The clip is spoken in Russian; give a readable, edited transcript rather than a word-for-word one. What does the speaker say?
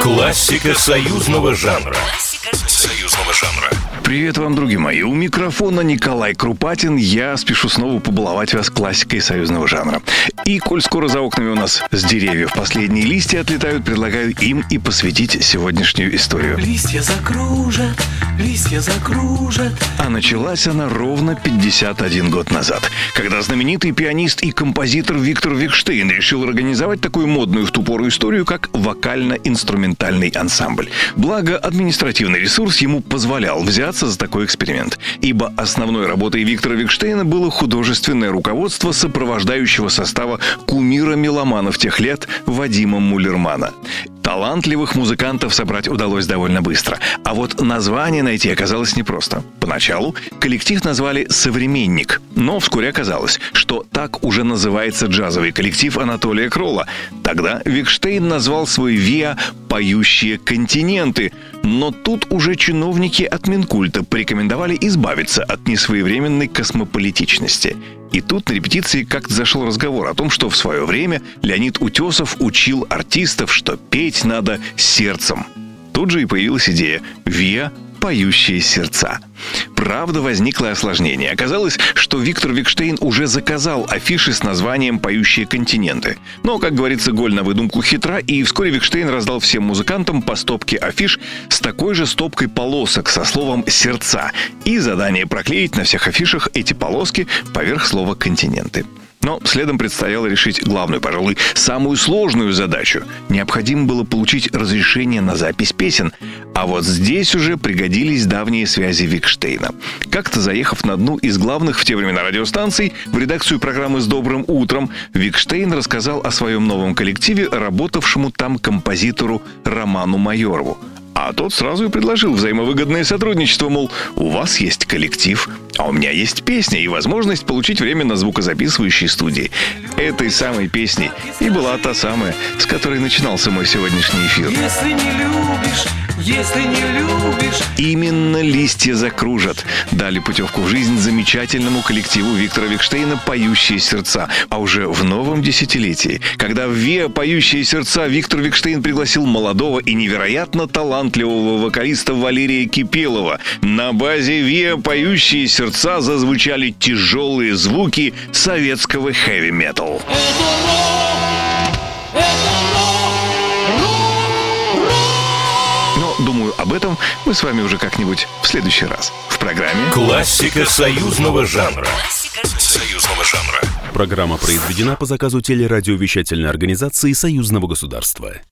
Классика союзного жанра. Привет вам, друзья мои. У микрофона Николай Крупатин. Я спешу снова побаловать вас классикой союзного жанра. И коль скоро за окнами у нас с деревьев последние листья отлетают, предлагаю им и посвятить сегодняшнюю историю. Листья закружат. А началась она ровно 51 год назад, когда знаменитый пианист и композитор Виктор Викштейн решил организовать такую модную в ту пору историю, как вокально-инструментальный ансамбль. Благо, административный ресурс ему позволял взяться за такой эксперимент, ибо основной работой Виктора Викштейна было художественное руководство сопровождающего состава кумира меломанов тех лет Вадима Муллермана. Талантливых музыкантов собрать удалось довольно быстро. А вот название найти оказалось непросто. Поначалу коллектив назвали «Современник», но вскоре оказалось, что так уже называется джазовый коллектив Анатолия Кролла. Тогда Викштейн назвал свой ВИА «Поющие континенты». Но тут уже чиновники от Минкульта порекомендовали избавиться от несвоевременной космополитичности. И тут на репетиции как-то зашел разговор о том, что в свое время Леонид Утесов учил артистов, что петь надо сердцем. Тут же и появилась идея «ВИА «Поющие сердца». Правда, возникло осложнение. Оказалось, что Виктор Викштейн уже заказал афиши с названием «Поющие континенты». Но, как говорится, голь на выдумку хитра, и вскоре Викштейн раздал всем музыкантам по стопке афиш с такой же стопкой полосок со словом «сердца». И задание проклеить на всех афишах эти полоски поверх слова «континенты». Но следом предстояло решить главную, пожалуй, самую сложную задачу. Необходимо было получить разрешение на запись песен. А вот здесь уже пригодились давние связи Викштейна. Как-то заехав на одну из главных в те времена радиостанций, в редакцию программы «С добрым утром», Викштейн рассказал о своем новом коллективе, работавшему там композитору Роману Майорову. А тот сразу и предложил взаимовыгодное сотрудничество, мол, у вас есть коллектив, а у меня есть песня и возможность получить время на звукозаписывающей студии. Этой самой песней и была та самая, с которой начинался мой сегодняшний эфир. Если не любишь. Именно «Листья закружат» дали путевку в жизнь замечательному коллективу Виктора Викштейна «Поющие сердца». А уже в новом десятилетии, когда в ВИА «Поющие сердца» Виктор Викштейн пригласил молодого и невероятно талантливого вокалиста Валерия Кипелова, на базе ВИА «Поющие сердца» зазвучали тяжелые звуки советского хэви-метал. Думаю, об этом мы с вами уже как-нибудь в следующий раз в программе «Классика союзного жанра». Программа произведена по заказу телерадиовещательной организации Союзного государства.